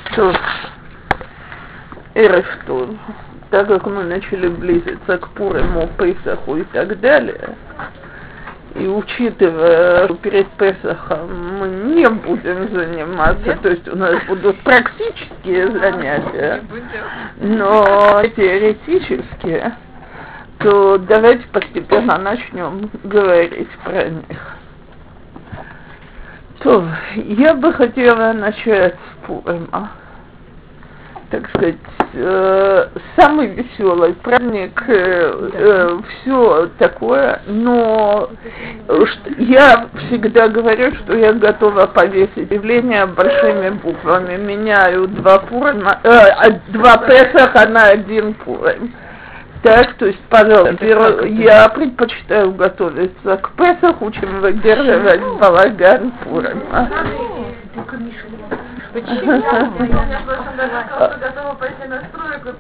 Что, Эрефтон, так как мы начали близиться к Пуриму, Песаху и так далее, и учитывая, что перед Песахом мы не будем заниматься, то есть у нас будут практические занятия, но теоретические, то давайте постепенно начнем говорить про них. То, я бы хотела начать с Пурима. Так сказать, самый веселый праздник, все такое, но я всегда говорю, что я готова повесить объявление большими буквами. Меняю два Песаха на один Пурим. Так, то есть, пожалуйста, я предпочитаю готовиться к Песаху, чем выдерживать балаган Пурима. Почему? Я готова пойти на стройку,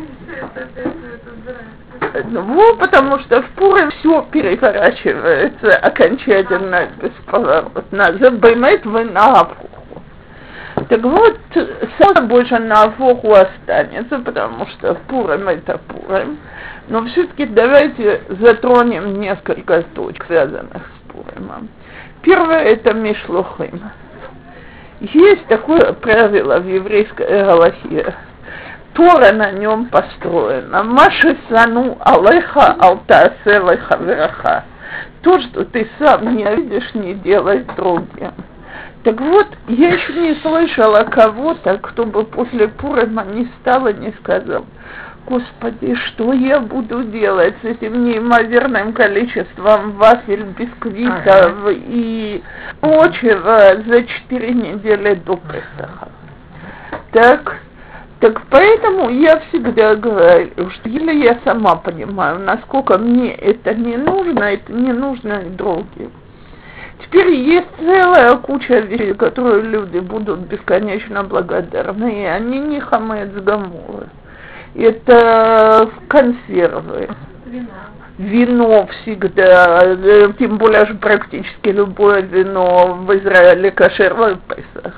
ну, потому что в Пурим все переворачивается окончательно, бесповоротно. Забаймет вы на Авуху. Так вот, самое больше на Авуху останется, потому что Пурим это Пурим. Но все-таки давайте затронем несколько точек, связанных с Пуримом. Первое это Мишлухим. Есть такое правило в еврейской галахе. Тора на нем построена. Маши сану алеха алтаасе леха вераха. То, что ты сам не видишь, не делай другим. Так вот, я еще не слышала кого-то, кто бы после Пурима не стал и не сказал: Господи, что я буду делать с этим неимоверным количеством вафель, бисквитов и прочего за 4 недели до Песаха. Так поэтому я всегда говорю, что если я сама понимаю, насколько мне это не нужно и другим. Теперь есть целая куча вещей, которые люди будут бесконечно благодарны, и они не хамец гаморы. Это консервы, вино всегда, тем более же практически любое вино в Израиле кошерное Песах,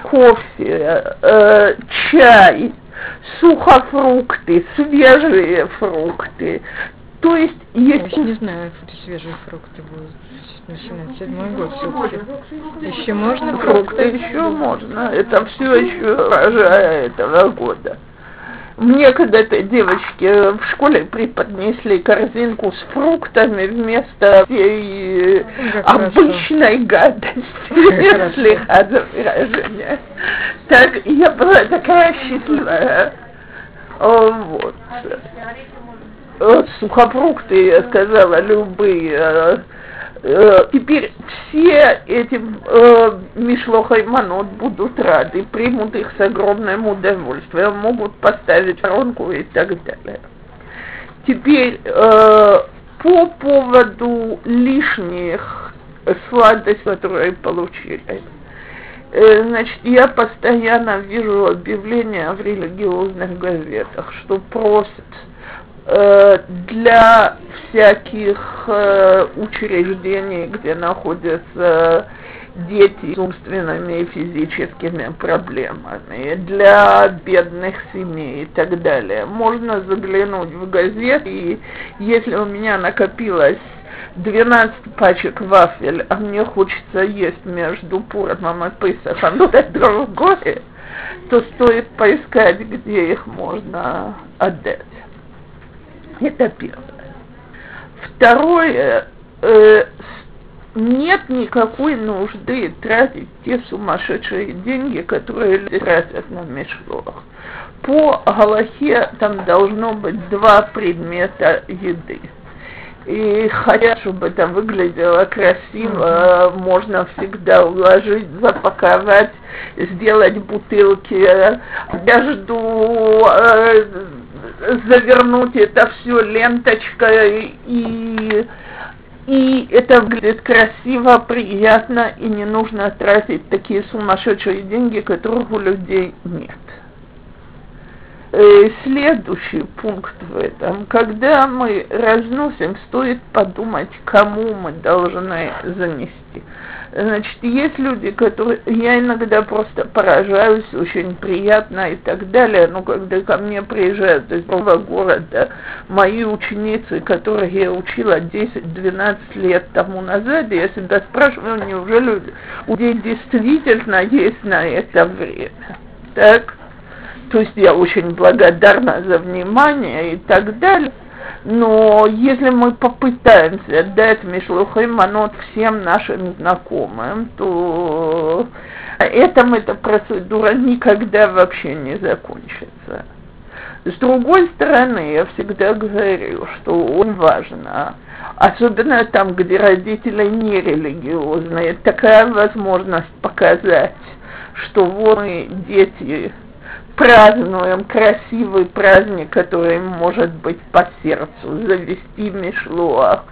кофе, чай, сухофрукты, свежие фрукты. То есть я не знаю, что свежие фрукты будут. 17-й год все-таки. Еще можно фрукты? Еще можно. Это все еще урожая этого года. Мне когда-то девочки в школе преподнесли корзинку с фруктами вместо всей обычной гадости, слегка за выражение. Так, я была такая счастливая. Вот. Сухофрукты, я сказала, любые. Теперь все эти мишлохай манот будут рады, примут их с огромным удовольствием, могут поставить воронку и так далее. Теперь по поводу лишних сладостей, которые получили. Значит, я постоянно вижу объявления в религиозных газетах, что просят для всяких учреждений, где находятся дети с умственными и физическими проблемами, для бедных семей и так далее. Можно заглянуть в газеты, и если у меня накопилось 12 пачек вафель, а мне хочется есть между Пуримом и Песахом другое, то стоит поискать, где их можно отдать. Это первое. Второе, нет никакой нужды тратить те сумасшедшие деньги, которые люди тратят на мишлох. По галахе там должно быть 2 предмета еды. И хотя, чтобы это выглядело красиво, можно всегда уложить, запаковать, сделать бутылки, между завернуть это все ленточкой, и это выглядит красиво, приятно, и не нужно тратить такие сумасшедшие деньги, которых у людей нет. Следующий пункт в этом: когда мы разносим, стоит подумать, кому мы должны занести. Значит, есть люди, которые... Я иногда просто поражаюсь, очень приятно и так далее, но когда ко мне приезжают из другого города мои ученицы, которых я учила 10-12 лет тому назад, я всегда спрашиваю, неужели у людей действительно есть на это время? Так? То есть я очень благодарна за внимание и так далее. Но если мы попытаемся дать мишлухей манот всем нашим знакомым, то эта процедура никогда вообще не закончится. С другой стороны, я всегда говорю, что очень важно, особенно там, где родители нерелигиозные, такая возможность показать, что вот мы, дети, празднуем красивый праздник, который может быть по сердцу, завести мишлуах,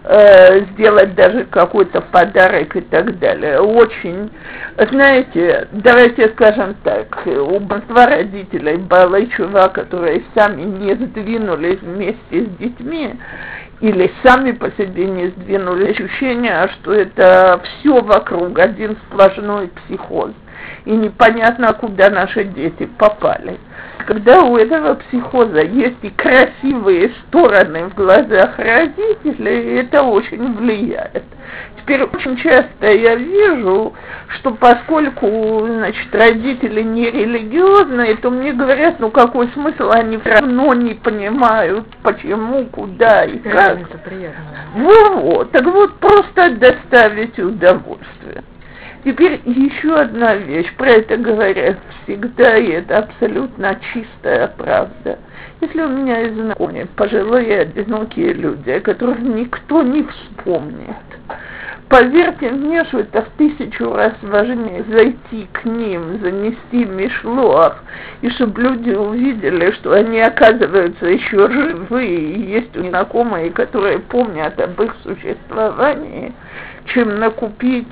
сделать даже какой-то подарок и так далее. Очень, знаете, давайте скажем так, у большинства родителей баалей тшува, которые сами не сдвинулись вместе с детьми, или сами по себе не сдвинулись, ощущение, что это все вокруг один сплошной психоз. И непонятно, куда наши дети попали. Когда у этого психоза есть и красивые стороны в глазах родителей, это очень влияет. Теперь очень часто я вижу, что поскольку, значит, родители не религиозные, то мне говорят, ну какой смысл, они все равно не понимают, почему, куда и как. Это приятно. Вот, так вот, просто доставить удовольствие. Теперь еще одна вещь, про это говорят всегда, и это абсолютно чистая правда. Если у меня есть знакомые, пожилые, одинокие люди, о которых никто не вспомнит, поверьте мне, что это в 1000 раз важнее зайти к ним, занести мишлуах, и чтобы люди увидели, что они, оказываются, еще живы, и есть у них знакомые, которые помнят об их существовании, чем накупить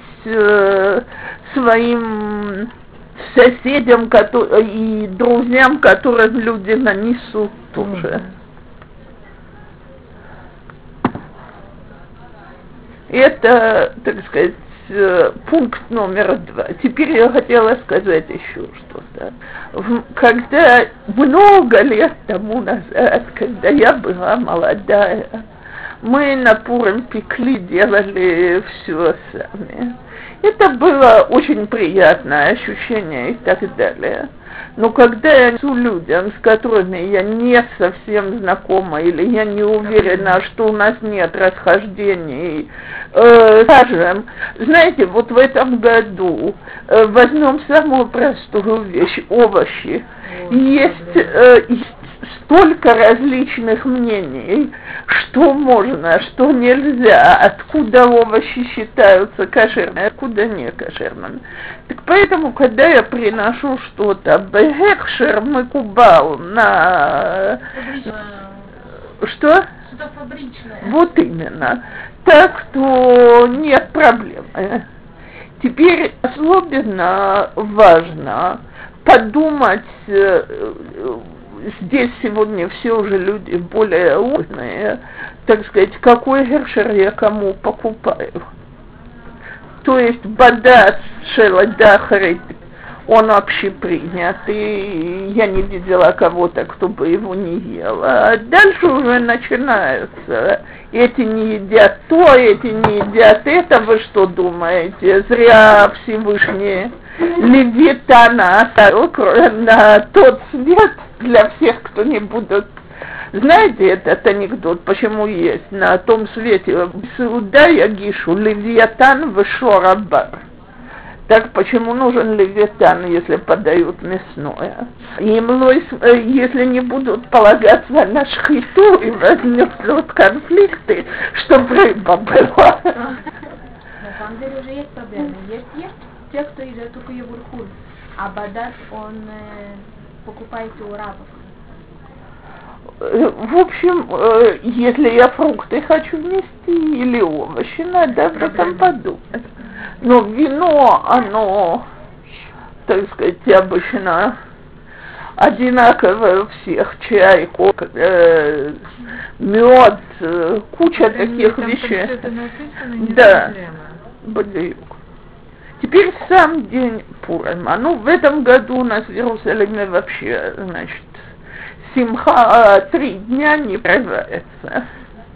своим соседям и друзьям, которым люди нанесут тоже. Это, так сказать, пункт номер 2. Теперь я хотела сказать еще что-то. Когда много лет тому назад, когда я была молодая, мы на Пурим пекли, делали все сами. Это было очень приятное ощущение и так далее. Но когда я несу людям, с которыми я не совсем знакома, или я не уверена, что у нас нет расхождений, скажем, знаете, вот в этом году возьмем самую простую вещь, овощи. Есть столько различных мнений, что можно, что нельзя, откуда овощи считаются кошерными, откуда не кошерными. Так поэтому, когда я приношу что-то бехекшер мекубал на... Что? Что-то фабричное. Вот именно. Так что нет проблем. Теперь особенно важно подумать, здесь сегодня все уже люди более умные, так сказать, какой гершер я кому покупаю. То есть бадас шеладахарит, он общепринят, и я не видела кого-то, кто бы его не ел. А дальше уже начинаются. Эти не едят то, эти не едят это. Вы что думаете? Зря Всевышний Левитана оставил на тот свет для всех, кто не будут. Знаете этот анекдот, почему есть? На том свете сюда я гишу Левиатан вешорабар. Так почему нужен левитан, если подают мясное? Если не будут полагаться на шхиту и возникнут конфликты, чтобы рыба была. На самом деле уже есть проблемы. Есть те, кто едят только йогурт, а бадаш он покупаете у рабов. В общем, если я фрукты хочу нести или овощи, надо об этом подумать. Но вино, оно, так сказать, обычно одинаковое у всех. Чай, кофе, мед, куча таких вещей. Да. Да, бадаюк. Теперь сам день Пурима. Ну, в этом году у нас в Иерусалиме вообще, значит, симха 3 дня не прерывается.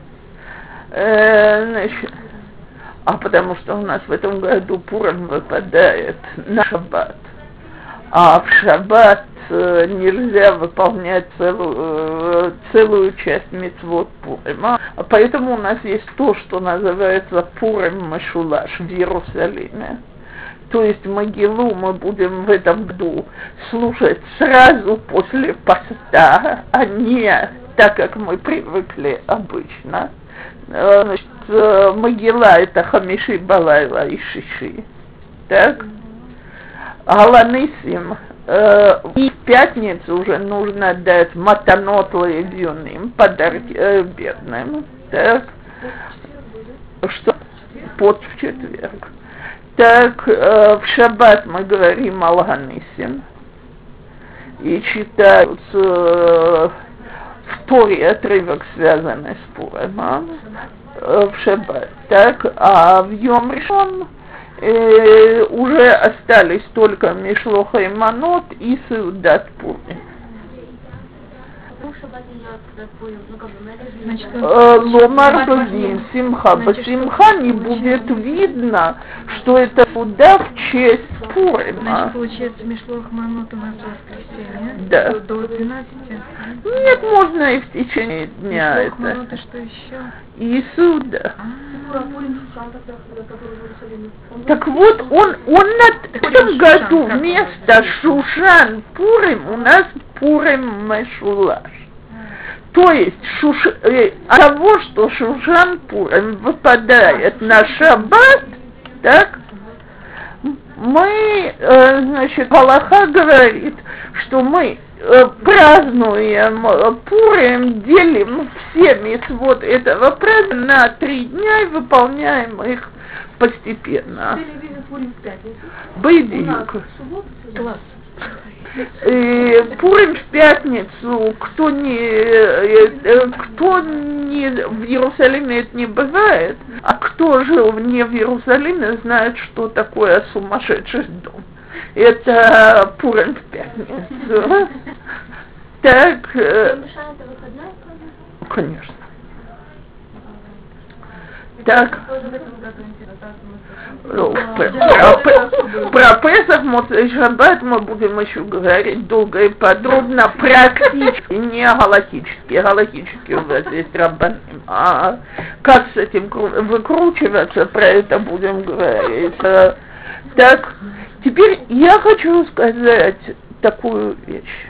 Значит, потому что у нас в этом году Пурим выпадает на шаббат. А в шаббат нельзя выполнять целую часть мицвот Пурима. Поэтому у нас есть то, что называется Пурим Машулаш в Иерусалиме. То есть Могилу мы будем в этом году слушать сразу после поста, а не так, как мы привыкли обычно. Значит, Могила — это Хамиши Балайла и Шиши. Так? Галанисим. И в пятницу уже нужно дать матанот левюным, подарки бедным. Так? Что? Под в четверг. Так, в шаббат мы говорим Алганисим. И читают в Торе отрывок, связанный с Пуримом, в шаббат. Так, а в Йом Ришон уже остались только Мишлоха и Манот и Сеудат Пурим. Ломар Бадим, Симха. Басимха не будет видно, что это сюда в честь Пурима. Значит, получается, Мишлох Манот у нас в воскресенье? Да. До 12? Нет, можно и в течение дня. Мишлох Манот, и что еще? И сюда. Так вот, он в этом году вместо Шушан Пурим у нас Пурим Мешулаш. То есть от того, что Шушан Пурим выпадает на шаббат, так, мы, значит, Галаха говорит, что мы празднуем Пурим, делим все мицвот этого праздника на 3 дня и выполняем их постепенно. Бейдик. Класс. Пурим в пятницу, кто не в Иерусалиме, это не бывает, а кто жил не в Иерусалиме, знает, что такое сумасшедший дом. Это Пурим в пятницу. Так, конечно. Так, про Песах, Моцей Шаббат мы будем еще говорить долго и подробно, практически, не галахически. Галахически у вас есть раббаним. А как с этим выкручиваться, про это будем говорить. Так, теперь я хочу сказать такую вещь.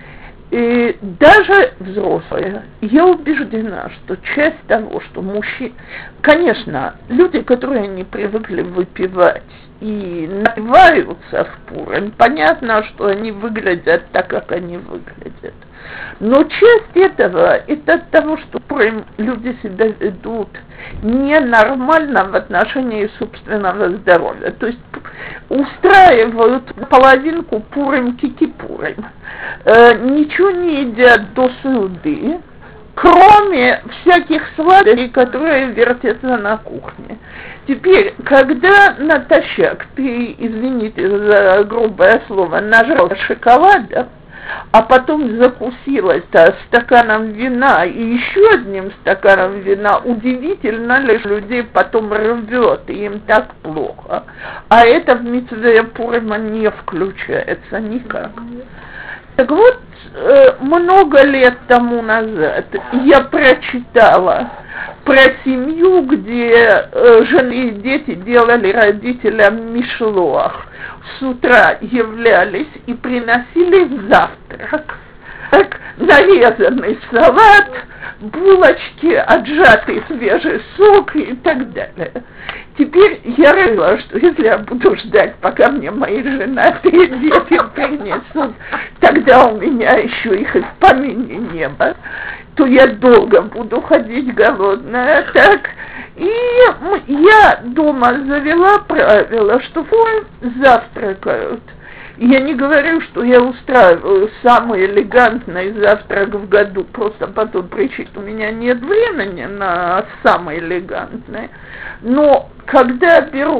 И даже взрослые, я убеждена, что часть того, что мужчины... Конечно, люди, которые не привыкли выпивать и напиваются в Пурим, понятно, что они выглядят так, как они выглядят. Но часть этого, это от того, что Пурим люди себя ведут ненормально в отношении собственного здоровья. То есть устраивают половинку Пурим Кикипурим. Ничего не едят до среды, кроме всяких сладостей, которые вертятся на кухне. Теперь, когда натощак ты, извините за грубое слово, нажрал шоколада, а потом закусилась стаканом вина и еще одним стаканом вина, удивительно ли, что людей потом рвет, и им так плохо. А это в мицве Пурима не включается никак. Так вот, много лет тому назад я прочитала про семью, где жены и дети делали родителям мишлоах. С утра являлись и приносили завтрак. Так, нарезанный салат, булочки, отжатый свежий сок и так далее. Теперь я решила, что если я буду ждать, пока мне мои женатые дети принесут, тогда у меня еще их и в помине не было, то я долго буду ходить голодная. Так, и я дома завела правило, что завтракают. Я не говорю, что я устраиваю самый элегантный завтрак в году, просто по той причине, у меня нет времени на самый элегантный. Но когда берут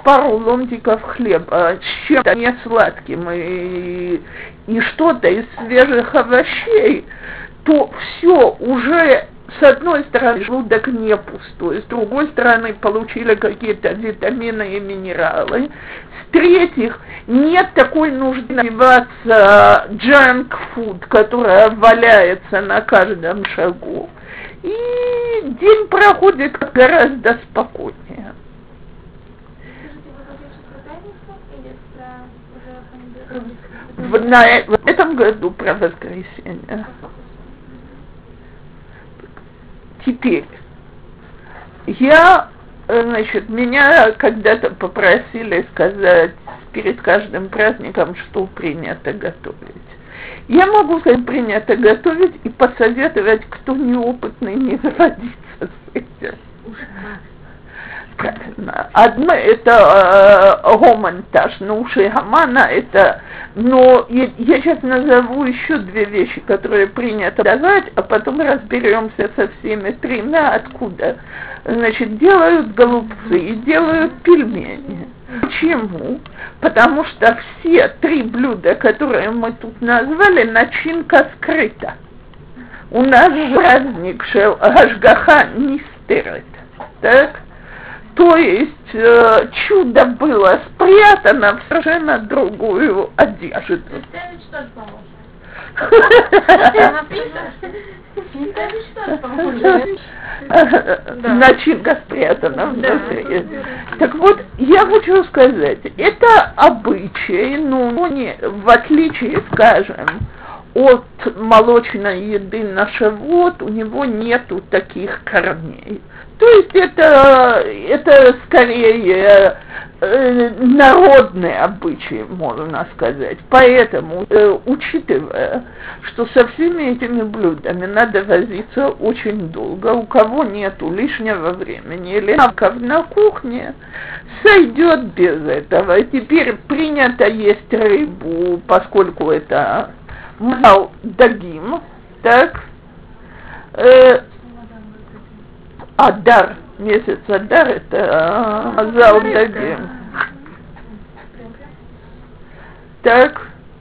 пару ломтиков хлеба с чем-то не сладким и что-то из свежих овощей, то все уже, с одной стороны, желудок не пустой, с другой стороны, получили какие-то витамины и минералы, в-третьих, нет такой нужды набиваться джанк-фуд, которая валяется на каждом шагу, и день проходит гораздо спокойнее. В этом году про воскресенье. Теперь, меня когда-то попросили сказать перед каждым праздником, что принято готовить. Я могу сказать, принято готовить и посоветовать, кто неопытный, не родится с этим. Правильно. Одно это гомонтаж, уши Гамана это, но я сейчас назову еще две вещи, которые принято давать, а потом разберемся со всеми тремя, откуда. Значит, делают голубцы и делают пельмени. Почему? Потому что все три блюда, которые мы тут назвали, начинка скрыта. У нас праздник шел Гашгаха Нистерет. Так? То есть чудо было спрятано в совершенно другую одежду. Начинка спрятана внутри. Так вот, я хочу сказать, это обычай, но не, в отличие, скажем, от молочной еды на шавуот, у него нету таких корней. То есть это скорее народные обычаи, можно сказать. Поэтому, учитывая, что со всеми этими блюдами надо возиться очень долго, у кого нету лишнего времени или навыков на кухне, сойдет без этого. Теперь принято есть рыбу, поскольку это мал дагим, так? Адар, месяц Адар, это Мазал Дагим. Так,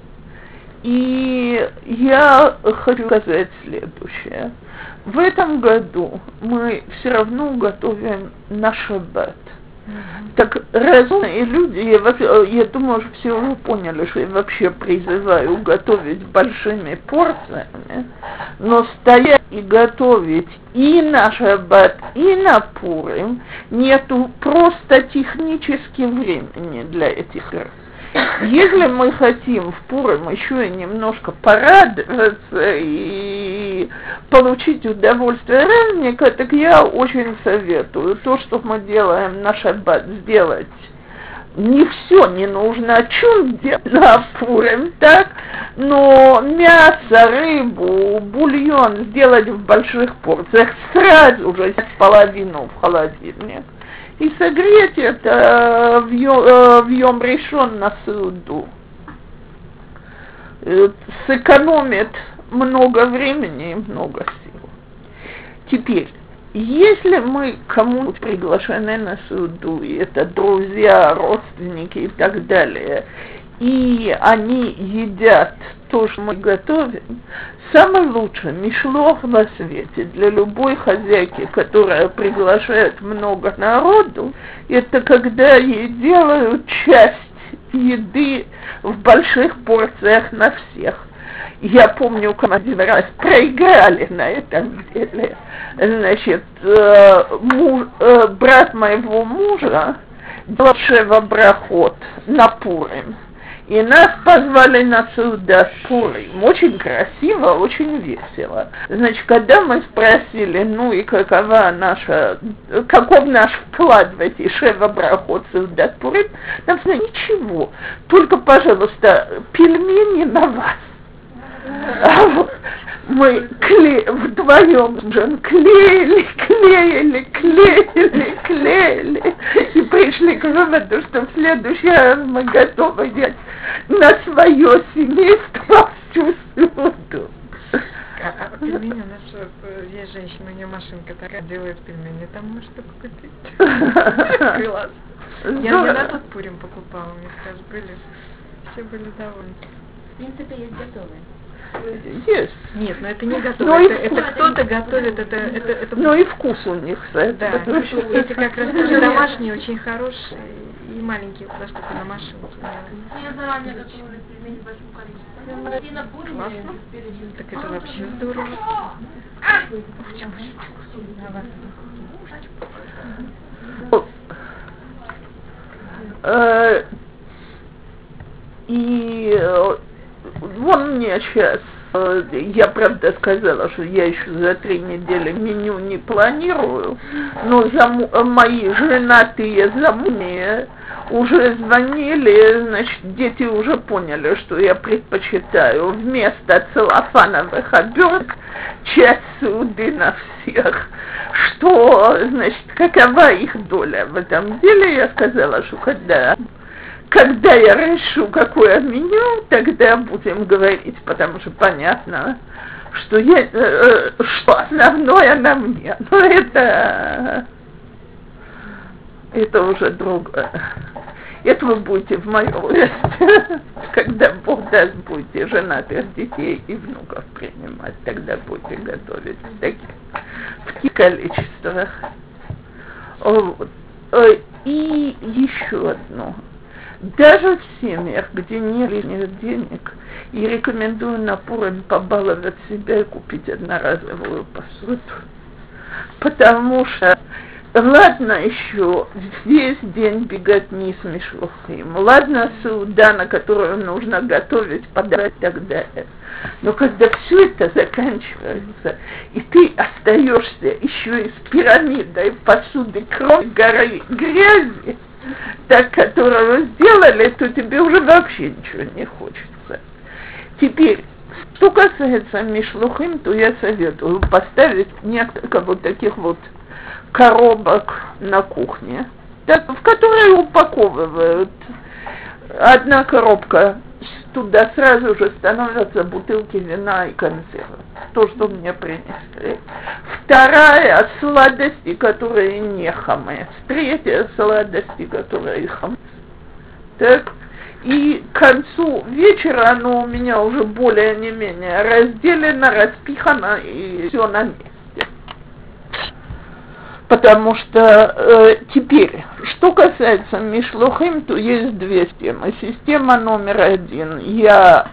и я хочу сказать следующее. В этом году мы все равно готовим на шаббат. Так разумные люди, я думаю, что все вы поняли, что я вообще призываю готовить большими порциями, но стоять и готовить и на шаббат, и на Пурим нету просто технически времени для этих раз. Если мы хотим в Пурим еще и немножко порадоваться и получить удовольствие праздника, так я очень советую то, что мы делаем на шаббат, сделать. Не все не нужно, о чем делать на Пурим, так? Но мясо, рыбу, бульон сделать в больших порциях, сразу же половину в холодильник. И согреть это в Йом Ришон на суду. Сэкономит много времени и много сил. Теперь, если мы кому-то приглашены на суду, и это друзья, родственники и так далее, и они едят то, что мы готовим, самый лучший мишлох на свете для любой хозяйки, которая приглашает много народу, это когда ей делают часть еды в больших порциях на всех. Я помню, как один раз проиграли на этом деле. Значит, брат моего мужа делал шева брахот на Пурим. И нас позвали на суда с Пурим. Очень красиво, очень весело. Значит, когда мы спросили, ну и каков наш вклад в эти шева брахот суда с Пурим, нам сказали, ничего, только, пожалуйста, пельмени на вас. Мы вдвоем клеили и пришли к выводу, что в следующий раз мы готовы делать на свое семейство всю суду. А пельмени у нас есть женщина, у нее машинка такая делает пельмени, там можно штуку купить. Класс. Я на тот Пурим покупала, мне кажется, были, все были довольны. В принципе, есть готовые. Есть. Нет, но это не готовое, это кто-то готовит, это... Ну и вкус у них, кстати. Да, эти как раз тоже домашние, очень хорошие и маленькие, куда что-то на машинке. Я заранее готовлю пельмени в большом количестве. Классно. Так это вообще здорово. И вон мне сейчас, я правда сказала, что я еще за 3 недели меню не планирую, но мои женатые замужние уже звонили, значит, дети уже поняли, что я предпочитаю вместо целлофановых оберток часть суды на всех, что, значит, какова их доля в этом деле. Я сказала, что когда я решу, какое меню, тогда будем говорить, потому что понятно, что что основное на мне. Но это уже другое. Это вы будете в моем возрасте, когда Бог даст, будете женатых детей и внуков принимать, тогда будете готовить в таких количествах. Вот. И еще одно. Даже в семьях, где нет лишних денег, я рекомендую на Пурим побаловать себя и купить одноразовую посуду. Потому что, ладно еще весь день беготни с мишлухим, ладно сауда, на которую нужно готовить, подать и так далее. Но когда все это заканчивается, и ты остаешься еще и с пирамидой посуды, кроме горы грязи, так, которую сделали, то тебе уже вообще ничего не хочется. Теперь, что касается мишлухим, то я советую поставить несколько вот таких вот коробок на кухне, так, в которые упаковывают. Одна коробка, туда сразу же становятся бутылки вина и консервы. То, что мне принесли. Вторая — сладости, которые не хамец. Третья — сладости, которые хамец. Так. И к концу вечера оно у меня уже более не менее разделено, распихано и все на месте. Потому что теперь, что касается мишлухим, то есть 2 системы. Система номер 1. Я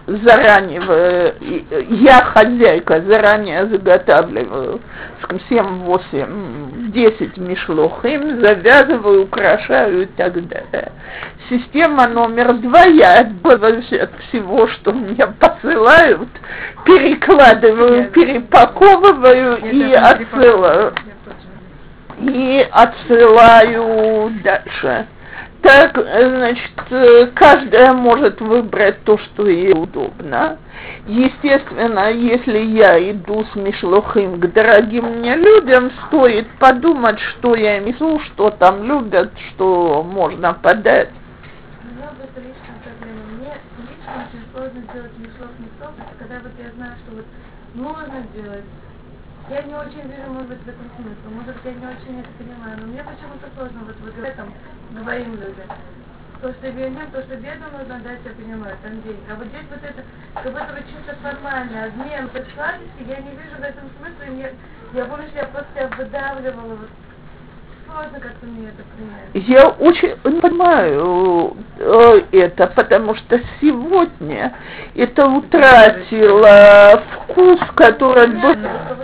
хозяйка, заранее заготавливаю 7, 8, 10 мишлухим, завязываю, украшаю и так далее. Система номер 2. Я отбываюсь от всего, что мне посылают, перекладываю, перепаковываю и отсылаю. И отсылаю дальше. Так, значит, каждая может выбрать то, что ей удобно. Естественно, если я иду с мишлухим к дорогим мне людям, стоит подумать, что я им несу, что там любят, что можно подать. Это личная проблема. Мне лично очень сложно делать мишлух, когда вот я знаю, что вот нужно делать. Я не очень вижу, может быть, в этом смысл. Может быть, я не очень это понимаю, но мне почему-то сложно вот в этом говорим людям. То, что бедным, то, что бедным нужно дать, я понимаю, там денег. А вот здесь вот это, как будто бы чисто формально, обмен под сладости, я не вижу в этом смысла, и я помню, что я просто себя выдавливала, вот. Сложно как-то мне это принять. Я очень понимаю это, потому что сегодня это утратило вкус, который был...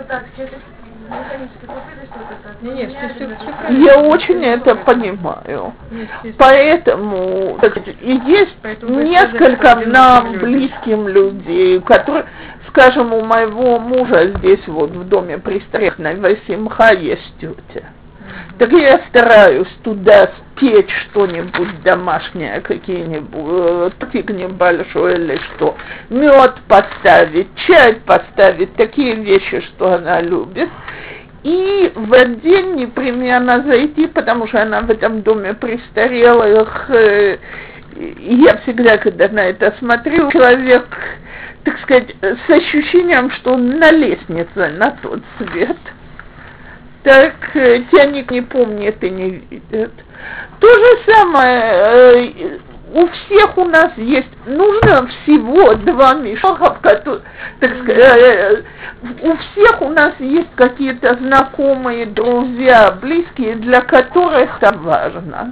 Я очень это понимаю. Поэтому есть несколько нам близким людей, которые, скажем, у моего мужа здесь вот в доме престарелых на Васимха есть тетя. Так я стараюсь туда спечь что-нибудь домашнее, какие-нибудь, тортик небольшой или что, мед поставить, чай поставить, такие вещи, что она любит. И в этот день непременно зайти, потому что она в этом доме престарелых, и я всегда, когда на это смотрю, человек так сказать, с ощущением, что он на лестнице на тот свет. Так тебя никто не помнит и не видит. То же самое, у всех у нас есть, нужно всего 2 мешка, так сказать, у всех у нас есть какие-то знакомые, друзья, близкие, для которых это важно.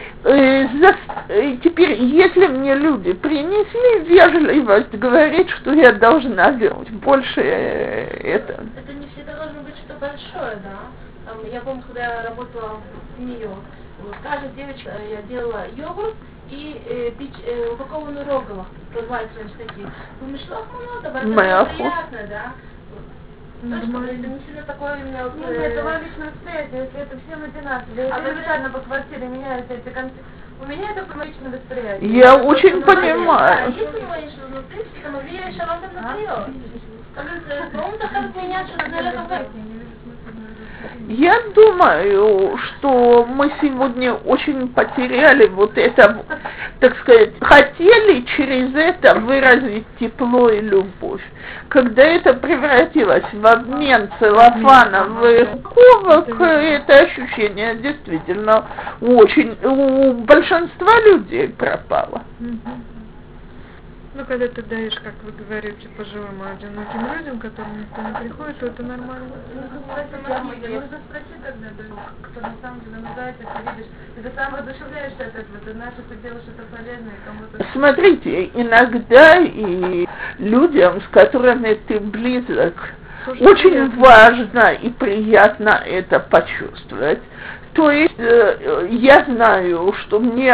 Теперь, если мне люди принесли вежливость, говорить, что я должна делать, больше это... Это не всегда должно быть что-то большое, да? Там, я помню, когда я работала в Нью-Йорк, каждая девочка, я делала йогурт и упакованную рогалах, продавайте такие. Думаешь, много, это приятно, да? Это не сильно такое именно... это вам лично встретите, если это всем одинаково. Элементарно по квартире меняются эти концепты. У меня это личное восприятие. Я очень понимаю. Если говоришь, ну, в принципе, там, я еще раз это надаёт. По-моему, так как меняться на Я думаю, что мы сегодня очень потеряли вот это, так сказать, хотели через это выразить тепло и любовь. Когда это превратилось в обмен целлофановых упаковок, это ощущение действительно очень у большинства людей пропало. Ну, когда ты даешь, как вы говорите, пожилым одиноким людям, которым никто не приходит, то это нормально. Нужно спросить тогда, кто на самом деле нуждается, ты видишь, ты сам воодушевляешься от этого, ты знаешь, что ты делаешь что-то полезное кому-то. Смотрите, иногда и людям, с которыми ты близок, очень важно и приятно это почувствовать. То есть я знаю, что мне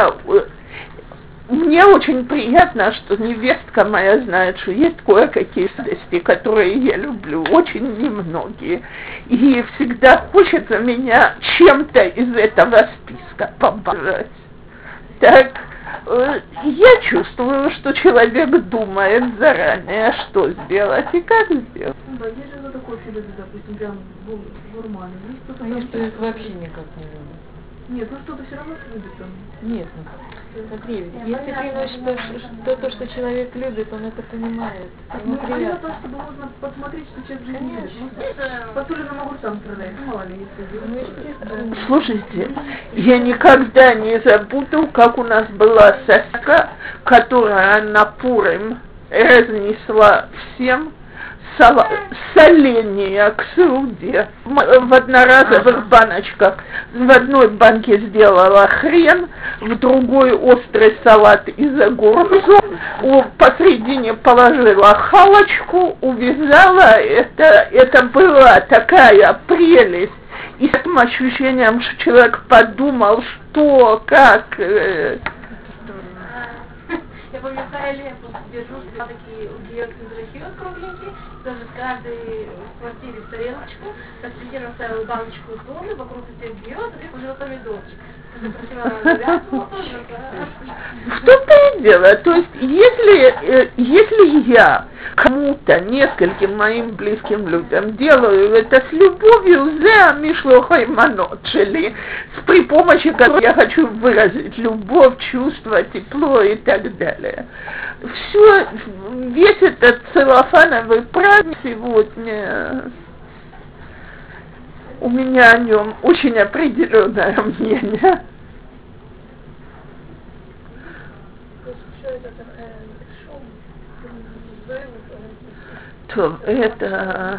очень приятно, что невестка моя знает, что есть кое-какие сладости, которые я люблю, очень немногие. И всегда хочется меня чем-то из этого списка побаловать. Так, я чувствую, что человек думает заранее, что сделать и как сделать. Да, есть же такой философ, допустим, прям гурман. А есть, кто их вообще никак не любит. Нет, ну что-то все равно любит там. Нет, смотри, если приносишь то, что человек любит, он это понимает. Ну, приятно, чтобы можно посмотреть, что человек в жизни любит. По соленым огурцам страдает, мало ли, если Слушайте, я никогда не забуду, как у нас была соседка, которая на Пурим разнесла всем соленья к суде в одноразовых баночках. В одной банке сделала хрен, в другой острый салат из огурцов, посредине положила халочку, увязала это была такая прелесть. И с этим ощущением, что человек подумал, что, как... Я помню, в Харале держу такие удивительные кругленькие, тоже в каждой квартире в тарелочку, посередине ставила баночку соли, вокруг этих бьет, и положила помидорчик. В том-то и дело, то есть если я кому-то, нескольким моим близким людям делаю это с любовью, за мишлохой манотшели, при помощи которой я хочу выразить любовь, чувство, тепло и так далее. Все, весь этот целлофановый праздник сегодня, у меня о нем очень определенное мнение. То это...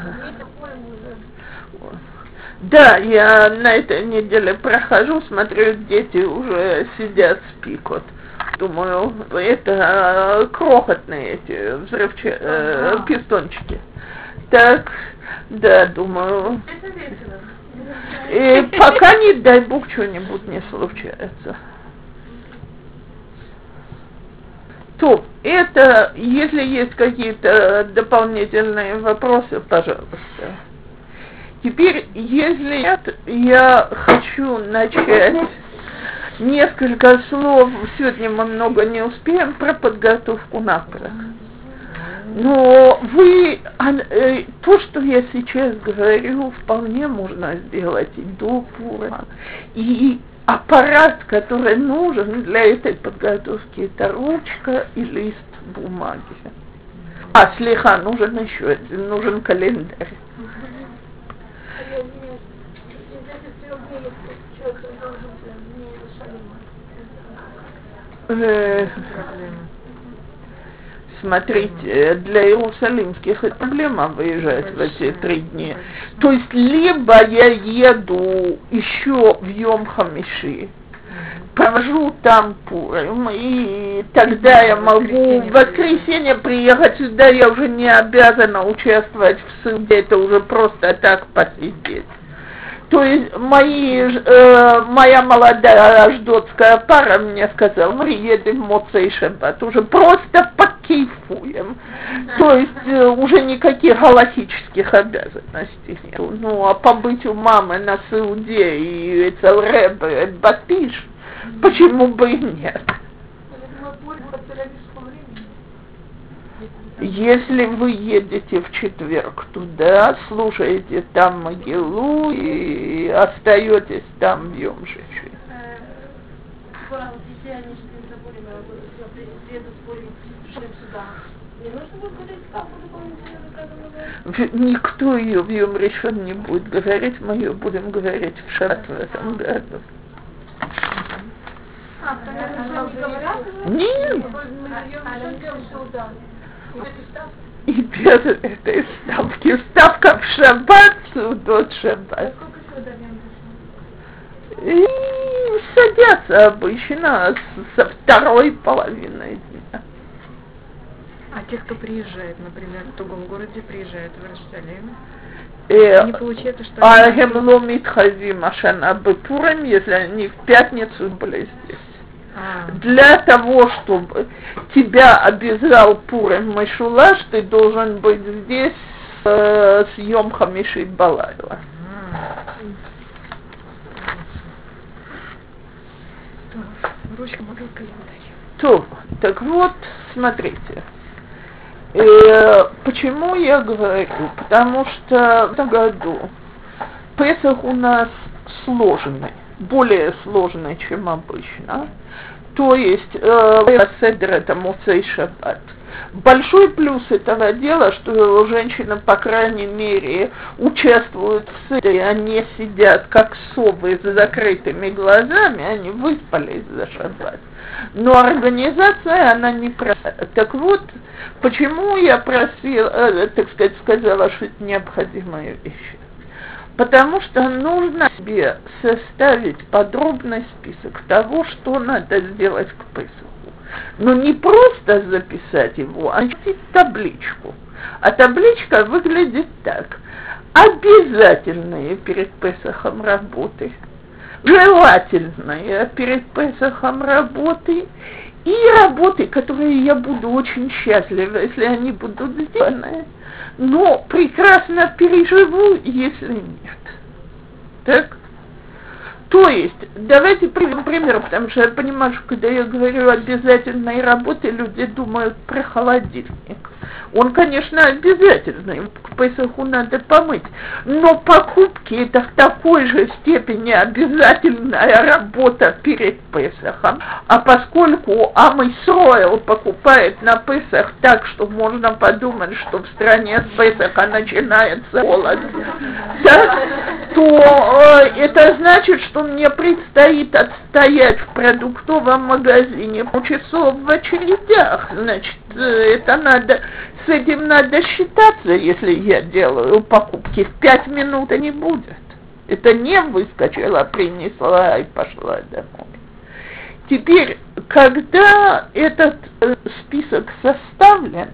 Да, я на этой неделе прохожу, смотрю, дети уже сидят, спикут. Думаю, это крохотные эти пистончики. Так, да, думаю. И пока не дай бог что-нибудь не случается. То, это, если есть какие-то дополнительные вопросы, пожалуйста. Теперь, если нет, я хочу начать несколько слов, сегодня мы много не успеем, про подготовку на прах. Но то, что я сейчас говорю, вполне можно сделать и до Пурима. И аппарат, который нужен для этой подготовки, это ручка и лист бумаги. слегка, нужен еще один, нужен календарь. Смотрите, для иерусалимских это проблема выезжать в эти 3 дня. То есть, либо я еду еще в Йом-Хамиши, провожу там Пурим, и тогда я могу в воскресенье приехать сюда, я уже не обязана участвовать в суде, это уже просто так посидеть. То есть моя молодая аждотская пара мне сказала, мы едем в Моцей Шаббат, уже просто покайфуем. То есть уже никаких галахических обязанностей нет. Ну, а побыть у мамы на суде и это рэбе батиш, почему бы и нет? Если вы едете в четверг туда, слушаете там Могилу и остаетесь там в Йом-Шиши. Если они не забыли, приеду с Пурим, пришли сюда, не нужно будет говорить, как дополнительно заказывать? Никто ее в Йом-Ришон не будет говорить, мы ее будем говорить в Шаббат в этом году. Нет. И без этой ставки. Ставка в Шаббат, судот Шаббат. И садятся обычно со второй половины дня. А те, кто приезжает, например, в другом городе приезжает в Иерусалим, не получается, что... А гемломит хазим ашана бепурим, если они в пятницу были здесь. Для того, чтобы тебя обязал Пурим Мишулаш, ты должен быть здесь с Йом Хамиши Балайла. Ручка, могу календарь. То, так вот, смотрите. Почему я говорю? Потому что в этом году Песах у нас сложный, более сложный, чем обычно. То есть Седер это Моцей Шаббат. Большой плюс этого дела, что женщины, по крайней мере, участвуют в Седере, они сидят как совы с закрытыми глазами, они выспались за Шаббат. Но организация, она не простая. Так вот, почему я просила, так сказать, сказала, что это необходимая вещь. Потому что нужно себе составить подробный список того, что надо сделать к Песаху. Но не просто записать его, а написать табличку. А табличка выглядит так. Обязательные перед Песахом работы, желательные перед Песахом работы и работы, которые я буду очень счастлива, если они будут сделаны. Но прекрасно переживу, если нет. Так? То есть, давайте приведем пример, потому что я понимаю, что когда я говорю обязательной работе, люди думают про холодильник. Он, конечно, обязательный, к Песаху надо помыть, но покупки это в такой же степени обязательная работа перед Песахом. А поскольку Ам Исроэл покупает на Песах так, что можно подумать, что в стране с Песаха начинается голод, да, то это значит, что мне предстоит отстоять в продуктовом магазине полчасов в очередях. Значит, это надо, с этим надо считаться, если я делаю покупки. В 5 минут не будет. Это не выскочила, принесла и пошла домой. Теперь, когда этот список составлен,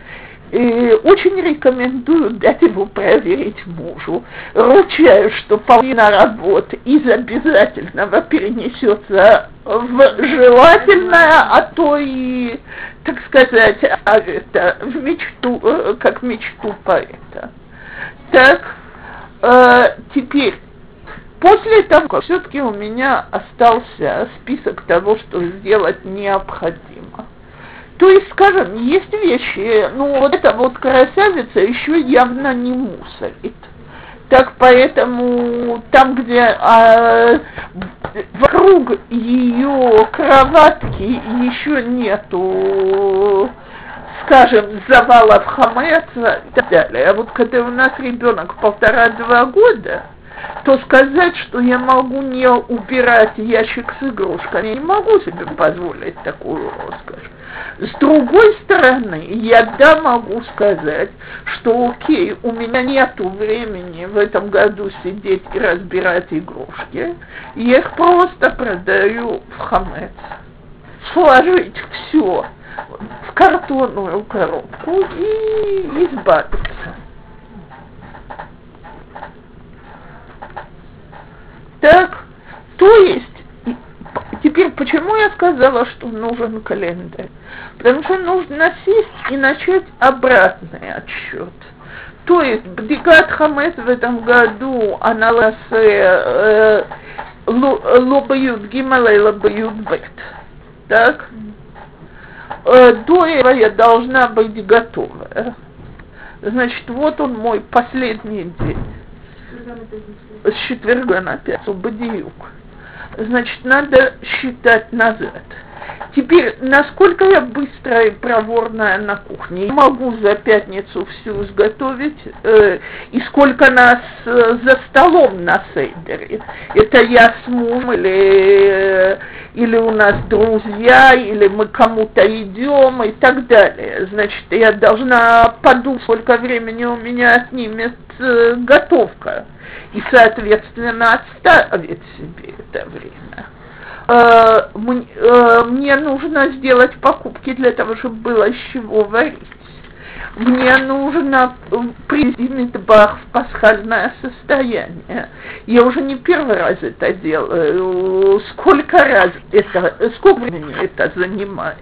очень рекомендую дать его проверить мужу. Ручаюсь, что половина работ из обязательного перенесется в желательное, а то и, так сказать, в мечту, как мечту поэта. Так, теперь, после того, как все-таки у меня остался список того, что сделать необходимо. То есть, скажем, есть вещи, ну вот эта вот красавица еще явно не мусорит. Так поэтому там, где вокруг ее кроватки еще нету скажем, завалов хамеца и так далее. А вот когда у нас ребенок 1,5-2 года, то сказать, что я могу не убирать ящик с игрушками, я не могу себе позволить такую роскошь. С другой стороны, я могу сказать, что окей, у меня нету времени в этом году сидеть и разбирать игрушки, я их просто продаю в хамец. Сложить все в картонную коробку и избавиться. Так, то есть, теперь почему я сказала, что нужен календарь? Потому что нужно сесть и начать обратный отсчет. То есть, бдикат хамец в этом году, она лобают гимала и лобают бет. Так? До этого я должна быть готова. Значит, вот он мой последний день. С четверга на пятницу, бадиюк. Значит, надо считать назад. Теперь, насколько я быстрая и проворная на кухне, я могу за пятницу всю изготовить, и сколько нас за столом на сейдере. Это я с мужем, или у нас друзья, или мы кому-то идем и так далее. Значит, я должна подумать, сколько времени у меня отнимет готовка, и, соответственно, оставить себе это время. Мне нужно сделать покупки для того, чтобы было из чего варить. Мне нужно привести митбах в пасхальное состояние. Я уже не первый раз это делаю. Сколько времени это занимает?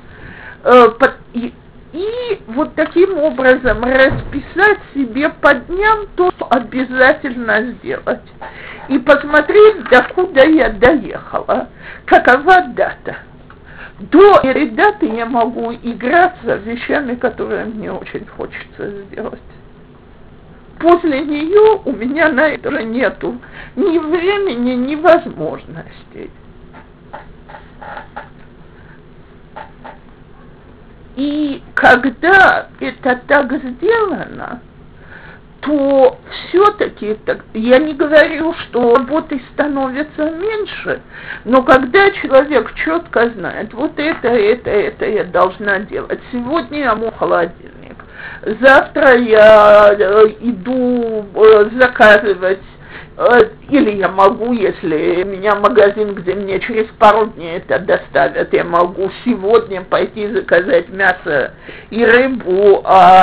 И вот таким образом расписать себе по дням то, что обязательно сделать. И посмотреть, докуда я доехала, какова дата. До этой даты я могу играться вещами, которые мне очень хочется сделать. После нее у меня на это уже нету ни времени, ни возможностей. И когда это так сделано, то все-таки, я не говорю, что работы становится меньше, но когда человек четко знает, вот это я должна делать. Сегодня я мою холодильник, завтра я иду заказывать, или я могу, если у меня магазин, где мне через пару дней это доставят, я могу сегодня пойти заказать мясо и рыбу,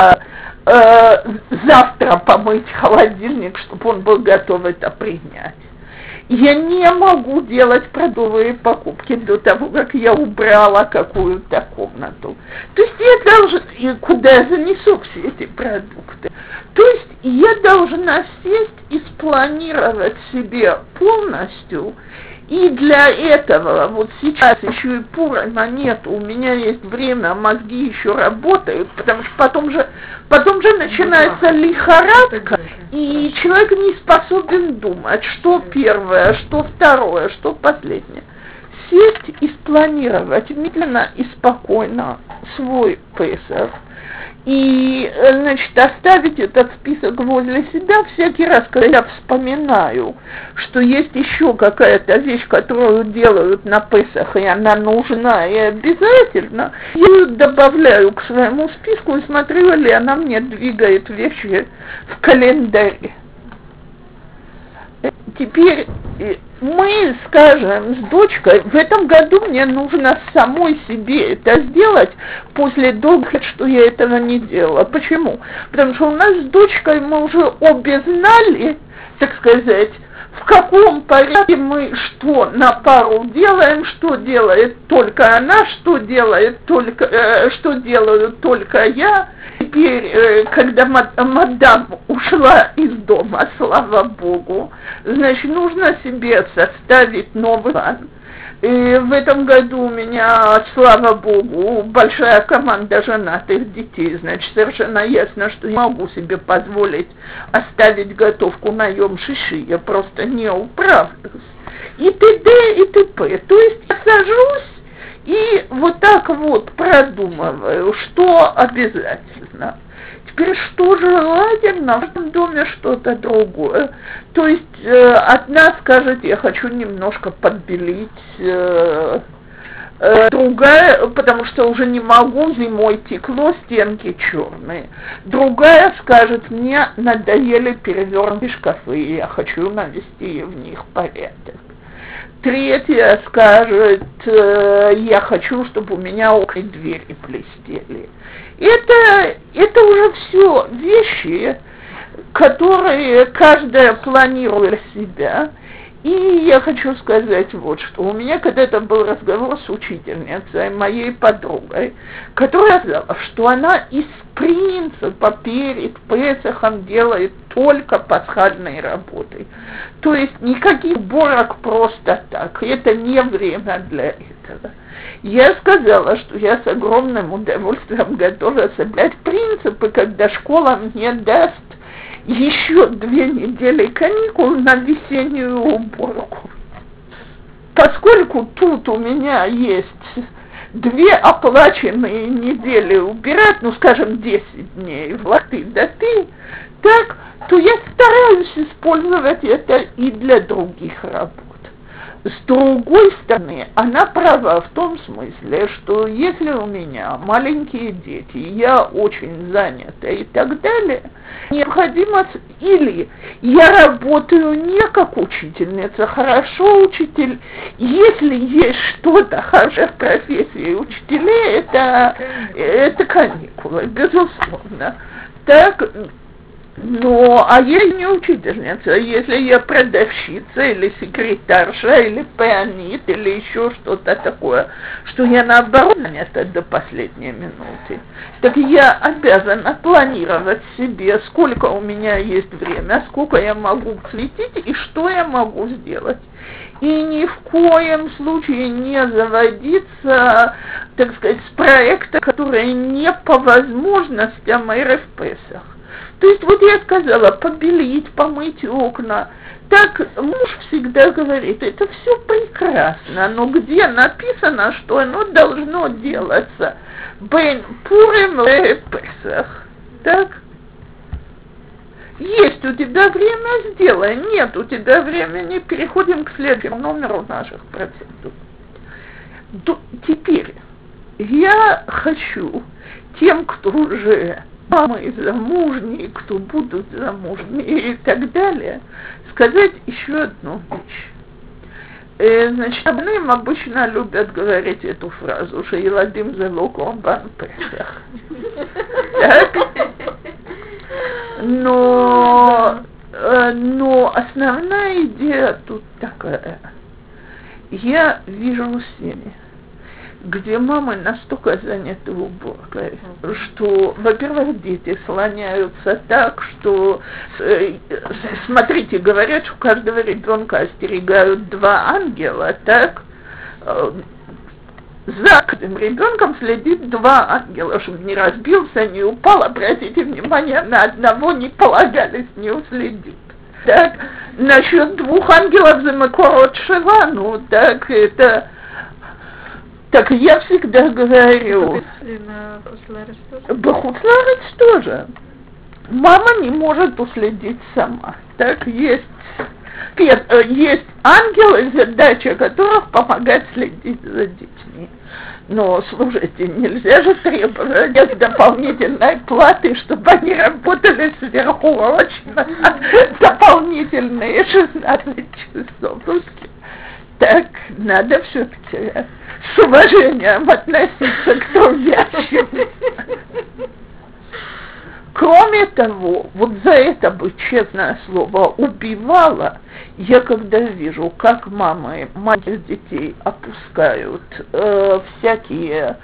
завтра помыть холодильник, чтобы он был готов это принять. Я не могу делать продуктовые покупки до того, как я убрала какую-то комнату. То есть я должна, и куда я занесу все эти продукты? То есть я должна сесть и спланировать себе полностью. И для этого, вот сейчас еще и Пурима нет, у меня есть время, мозги еще работают, потому что потом же начинается лихорадка, и человек не способен думать, что первое, что второе, что последнее. Сесть и спланировать медленно и спокойно свой Песах. И, значит, оставить этот список возле себя всякий раз, когда я вспоминаю, что есть еще какая-то вещь, которую делают на Песах, и она нужна и обязательно, я ее добавляю к своему списку и смотрю, ли она мне двигает вещи в календаре. Теперь мы, скажем, с дочкой, в этом году мне нужно самой себе это сделать после долгих лет, что я этого не делала. Почему? Потому что у нас с дочкой мы уже обе знали, так сказать, в каком порядке мы что на пару делаем, что делает только она, что делаю только я. Теперь, когда мадам ушла из дома, слава Богу, значит, нужно себе составить новый план. И в этом году у меня, слава Богу, большая команда женатых детей, значит, совершенно ясно, что я могу себе позволить оставить готовку на Йом-Шиши, я просто не управлюсь. И т.д. и т.п. То есть я сажусь и вот так вот продумываю, что обязательно. Теперь что желательно, в этом доме что-то другое. То есть одна скажет, я хочу немножко подбелить, другая, потому что уже не могу, зимой текло, стенки черные. Другая скажет, мне надоели перевернутые шкафы, я хочу навести в них порядок. Третья скажет, я хочу, чтобы у меня окна и двери блестели. Это уже все вещи, которые каждая планирует себя. И я хочу сказать вот что. У меня когда-то был разговор с учительницей, моей подругой, которая сказала, что она из принципа перед Песахом делает только пасхальные работы. То есть никаких уборок просто так. Это не время для этого. Я сказала, что я с огромным удовольствием готова соблюдать принципы, когда школа мне даст еще 2 недели каникул на весеннюю уборку. Поскольку тут у меня есть 2 оплаченные недели убирать, ну, скажем, 10 дней в латы да ты, так, то я стараюсь использовать это и для других работ. С другой стороны, она права в том смысле, что если у меня маленькие дети, я очень занята и так далее, необходимо, или я работаю не как учительница, хорошо учитель, если есть что-то хорошее в профессии учителей, это каникулы, безусловно. Так, а я не учительница, если я продавщица или секретарша, или пианист, или еще что-то такое, что я наоборот занята до последней минуты, так я обязана планировать себе, сколько у меня есть время, сколько я могу посвятить и что я могу сделать. И ни в коем случае не заводиться, так сказать, с проекта, который не по возможностям РФ Песах. То есть вот я сказала, побелить, помыть окна. Так муж всегда говорит, это все прекрасно, но где написано, что оно должно делаться? Бен Пурим и Песах. Так? Есть у тебя время, сделай. Нет у тебя времени, переходим к следующему номеру наших процедур. Теперь я хочу тем, кто уже мамы замужние, кто будут замужние и так далее, сказать еще одну вещь. Значит, им обычно любят говорить эту фразу, что «Еладим зело корбан Песах». Так? Но основная идея тут такая. Я вижу семьи, где мамы настолько заняты уборкой, что, во-первых, дети слоняются так, что, смотрите, говорят, что каждого ребенка остерегают 2 ангела, так? За каждым ребенком следит 2 ангела, чтобы не разбился, не упал, обратите внимание, на одного не полагались, не уследит. Так, насчет 2 ангелов за Макорот Шивану, так, это... Так я всегда говорю, Бахуцларец тоже. Мама не может уследить сама. Так есть ангелы, задача которых помогать следить за детьми. Но, слушайте, нельзя же требовать дополнительной платы, чтобы они работали сверхурочно дополнительные 16 часов. Так, надо все-таки с уважением относиться к трудящим. Кроме того, вот за это бы, честное слово, убивала, я когда вижу, как мамы маленьких детей опускают всякие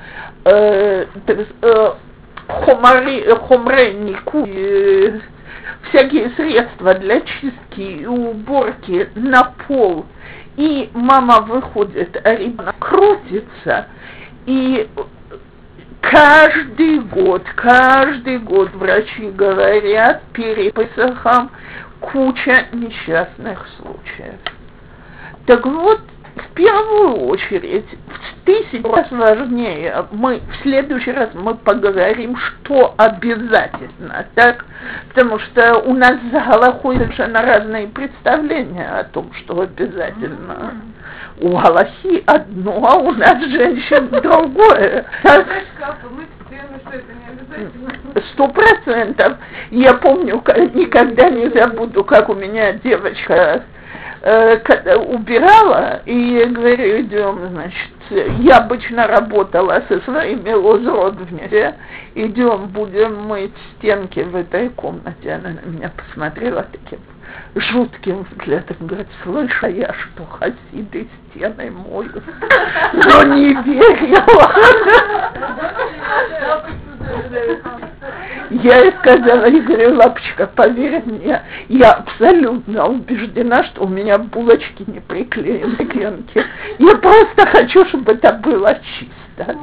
хомрейнику, всякие средства для чистки и уборки на пол, и мама выходит, а ребенок крутится, и каждый год врачи говорят, перед Песахом куча несчастных случаев. Так вот, В первую очередь, в 1000 раз важнее, в следующий раз мы поговорим, что обязательно, так? Потому что у нас за галахой совершенно разные представления о том, что обязательно. У галахи одно, а у нас женщин другое. 100%. Я помню, никогда не забуду, как у меня девочка убирала, и я говорю, идем, значит, я обычно работала со своими лозродами, идем, будем мыть стенки в этой комнате. Она на меня посмотрела таким жутким взглядом, говорит, слышь, а я что, хасиды стены моют? Но не верила. Я ей сказала, я говорю, лапочка, поверь мне, я абсолютно убеждена, что у меня булочки не приклеены к ленке. Я просто хочу, чтобы это было чисто.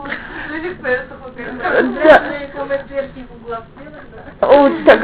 Вот так.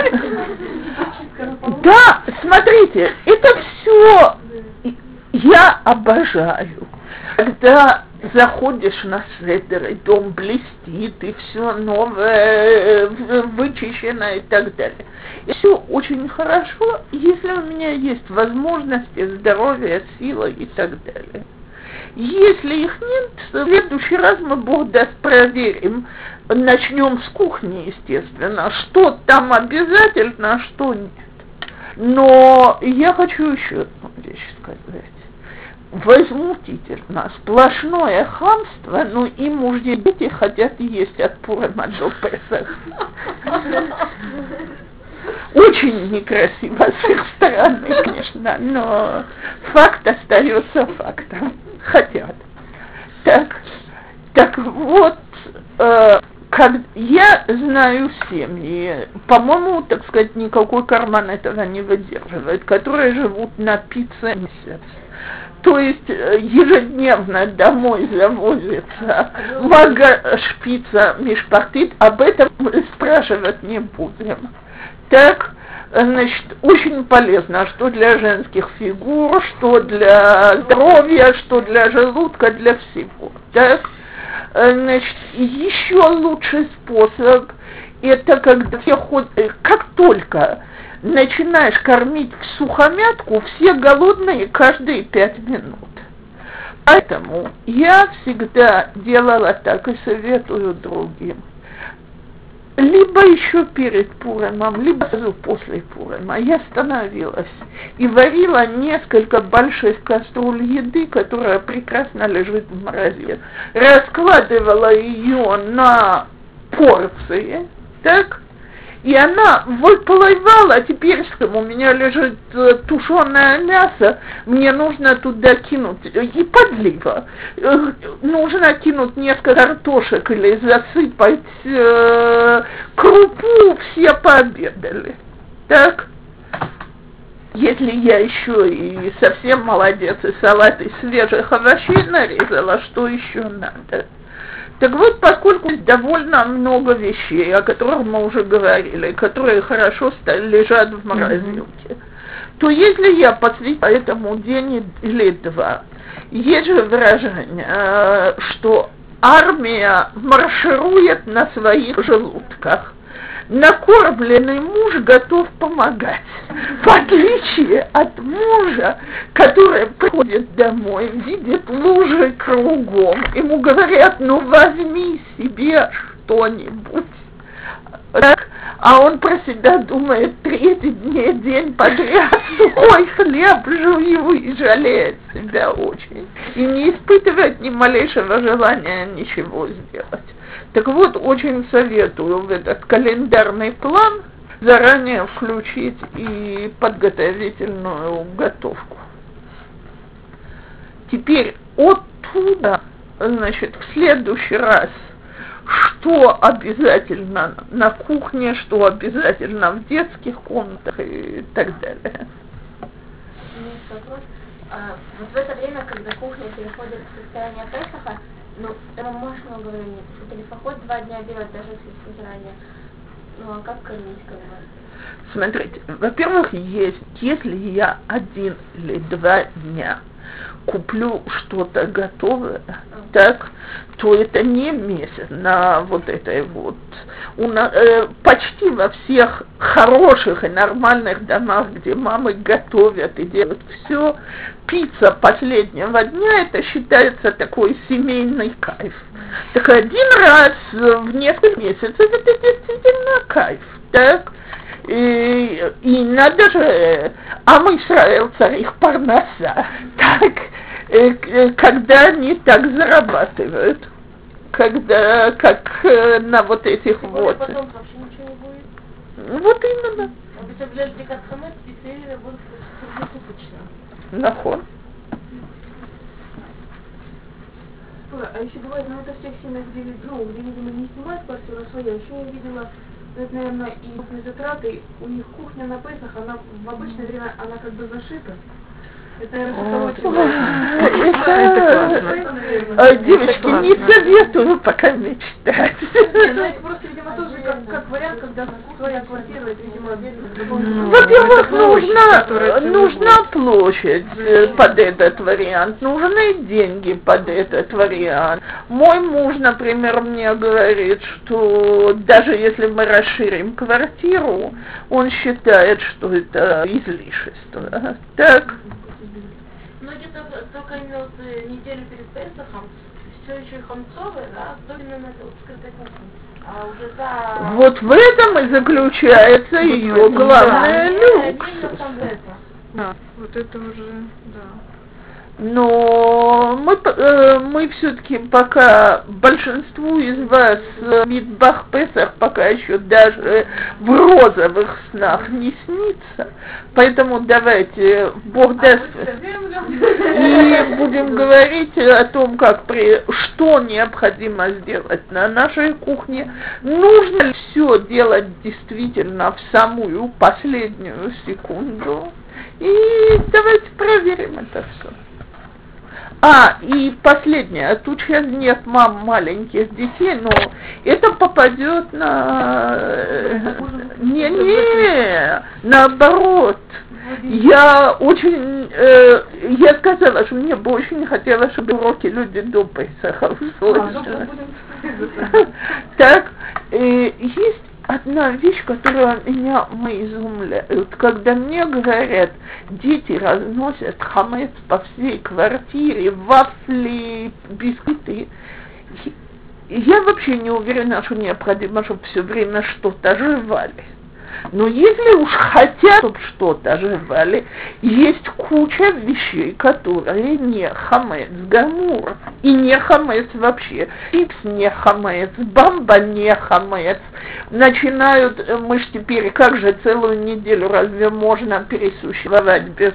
Да, смотрите, это все я обожаю. Когда заходишь на седер, и дом блестит, и все новое, вычищено и так далее. И все очень хорошо, если у меня есть возможности, здоровье, сила и так далее. Если их нет, в следующий раз мы, Бог даст, проверим. Начнем с кухни, естественно, что там обязательно, а что нет. Но я хочу еще одну вещь сказать. Возмутительно, сплошное хамство, но и мужья дети хотят есть от Пурема до Песах. Очень некрасиво с их стороны, конечно, но факт остается фактом. Хотят. Так вот, как я знаю семьи, по-моему, так сказать, никакой карман этого не выдерживает, которые живут на пицце месяц. То есть ежедневно домой завозится вага шпица мишпахтит, об этом спрашивать не будем. Так, значит, очень полезно, что для женских фигур, что для здоровья, что для желудка, для всего. Так, значит, еще лучший способ, это когда как только начинаешь кормить в сухомятку, все голодные каждые 5 минут. Поэтому я всегда делала так и советую другим. Либо еще перед Пуримом, либо сразу после Пурима я становилась и варила несколько больших кастрюль еды, которая прекрасно лежит в морозе. Раскладывала ее на порции, так? И она выплывала, теперь у меня лежит тушеное мясо, мне нужно туда кинуть, и подлива, нужно кинуть несколько картошек или засыпать крупу, все пообедали. Так? Если я еще и совсем молодец, и салат из свежих овощей нарезала, что еще надо? Так вот, поскольку довольно много вещей, о которых мы уже говорили, которые хорошо лежат в морозилке, то если я посвятила этому день или два, есть же выражение, что армия марширует на своих желудках. Накормленный муж готов помогать, в отличие от мужа, который приходит домой, видит лужи кругом, ему говорят, ну возьми себе что-нибудь. Так, а он про себя думает, 3-й день подряд сухой хлеб жую и жалеет себя очень. И не испытывает ни малейшего желания ничего сделать. Так вот, очень советую в этот календарный план заранее включить и подготовительную готовку. Теперь оттуда, значит, в следующий раз, что обязательно на кухне, что обязательно в детских комнатах и так далее. Вот в это время, когда кухня переходит в состояние Песаха, ну, это можно говорить, это лифоход 2 дня делать, даже если заранее. Ну, а как кормить, как бы? Смотрите, во-первых, если я 1 или 2 дня куплю что-то готовое, так, то это не месяц на вот этой вот. Почти во всех хороших и нормальных домах, где мамы готовят и делают все, пицца последнего дня, это считается такой семейный кайф. Так один раз в несколько месяцев это действительно кайф, так? И надо же, Ам Исраэль царих парнаса, так, когда они так зарабатывают, когда, как на вот этих вот. Потом вообще ничего не будет. Вот именно. Представляешь, как хамец, и будут суточно. Нахон. А еще бывает, ну, это в тех семьях, где, видимо, не снимают квартиру свою, еще я видела, это, наверное, и крупные затраты, у них кухня на Песах, она в обычное время, она как бы зашита. Это, девочки, не советую пока мечтать. Ну, это просто, видимо, тоже как вариант, когда своя квартира, это, видимо, во-первых, нужна площадь под этот вариант, нужны деньги под этот вариант. Мой муж, например, мне говорит, что даже если мы расширим квартиру, он считает, что это излишество. Так? Но где-то только именно вот неделю перед Песохом все еще и хамцовое, да, особенно на скрытой кухне. А уже за... Вот в этом и заключается ее главная люкс. Да, вот это уже, да. Но мы все-таки пока большинству из вас Митбах Песах пока еще даже в розовых снах не снится, поэтому давайте Бог даст и будем говорить о том, что необходимо сделать на нашей кухне. Нужно ли все делать действительно в самую последнюю секунду? И давайте проверим это все. И последнее, тут сейчас нет мам маленьких детей, но это попадет на... наоборот. Я сказала, что мне бы очень хотелось, чтобы уроки люди до Песаха слышали. Так, есть одна вещь, которая меня изумляет, когда мне говорят, дети разносят хамец по всей квартире, вафли, бисквиты. Я вообще не уверена, что необходимо, чтобы все время что-то жевали. Но если уж хотят, чтобы что-то жевали, есть куча вещей, которые не хамец гамур, и не хамец вообще. Чипс не хамец, бамба не хамец. Начинают, мы ж теперь, как же целую неделю, разве можно пересуществовать без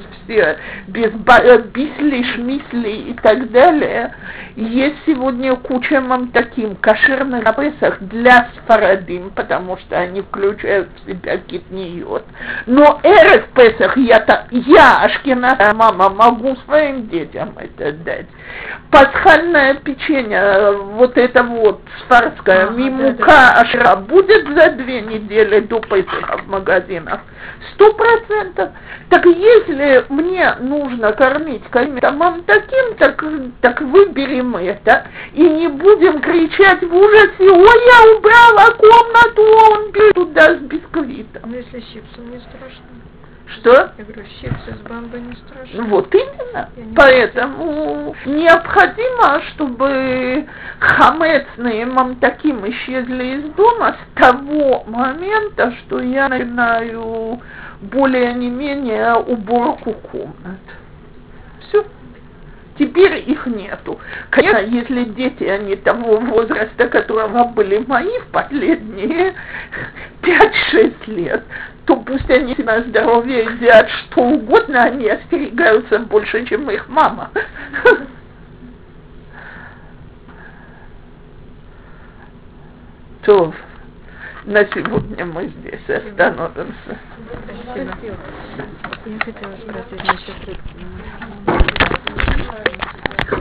бисли, шмисли и так далее. Есть сегодня куча таким кошерных Песах для сфарадим, потому что они включают в себя китниот. Но эрев Песах я, ашкеназская мама, могу своим детям это дать. Пасхальное печенье, вот это вот сфарское, мимука ашра, будет за 2 недели до Песаха в магазинах? 100%. Так если мне нужно кормить каким-то мам таким, так выберем это и не будем кричать в ужасе: ой, я убрала комнату, он бежит туда с бисквитом. Ну если чипсы не страшно. Что? Я говорю, чипсы с бамбой не страшно. Вот именно. Поэтому необходимо, чтобы хамецные мамтаким исчезли из дома с того момента, что я начинаю более не менее уборку комнат. Все. Теперь их нету. Конечно, если дети, они того возраста, которого были мои в последние 5-6 лет, то пусть они на здоровье едят что угодно, они остерегаются больше, чем их мама. То на сегодня мы здесь остановимся. Спасибо. Я хотела спросить насчет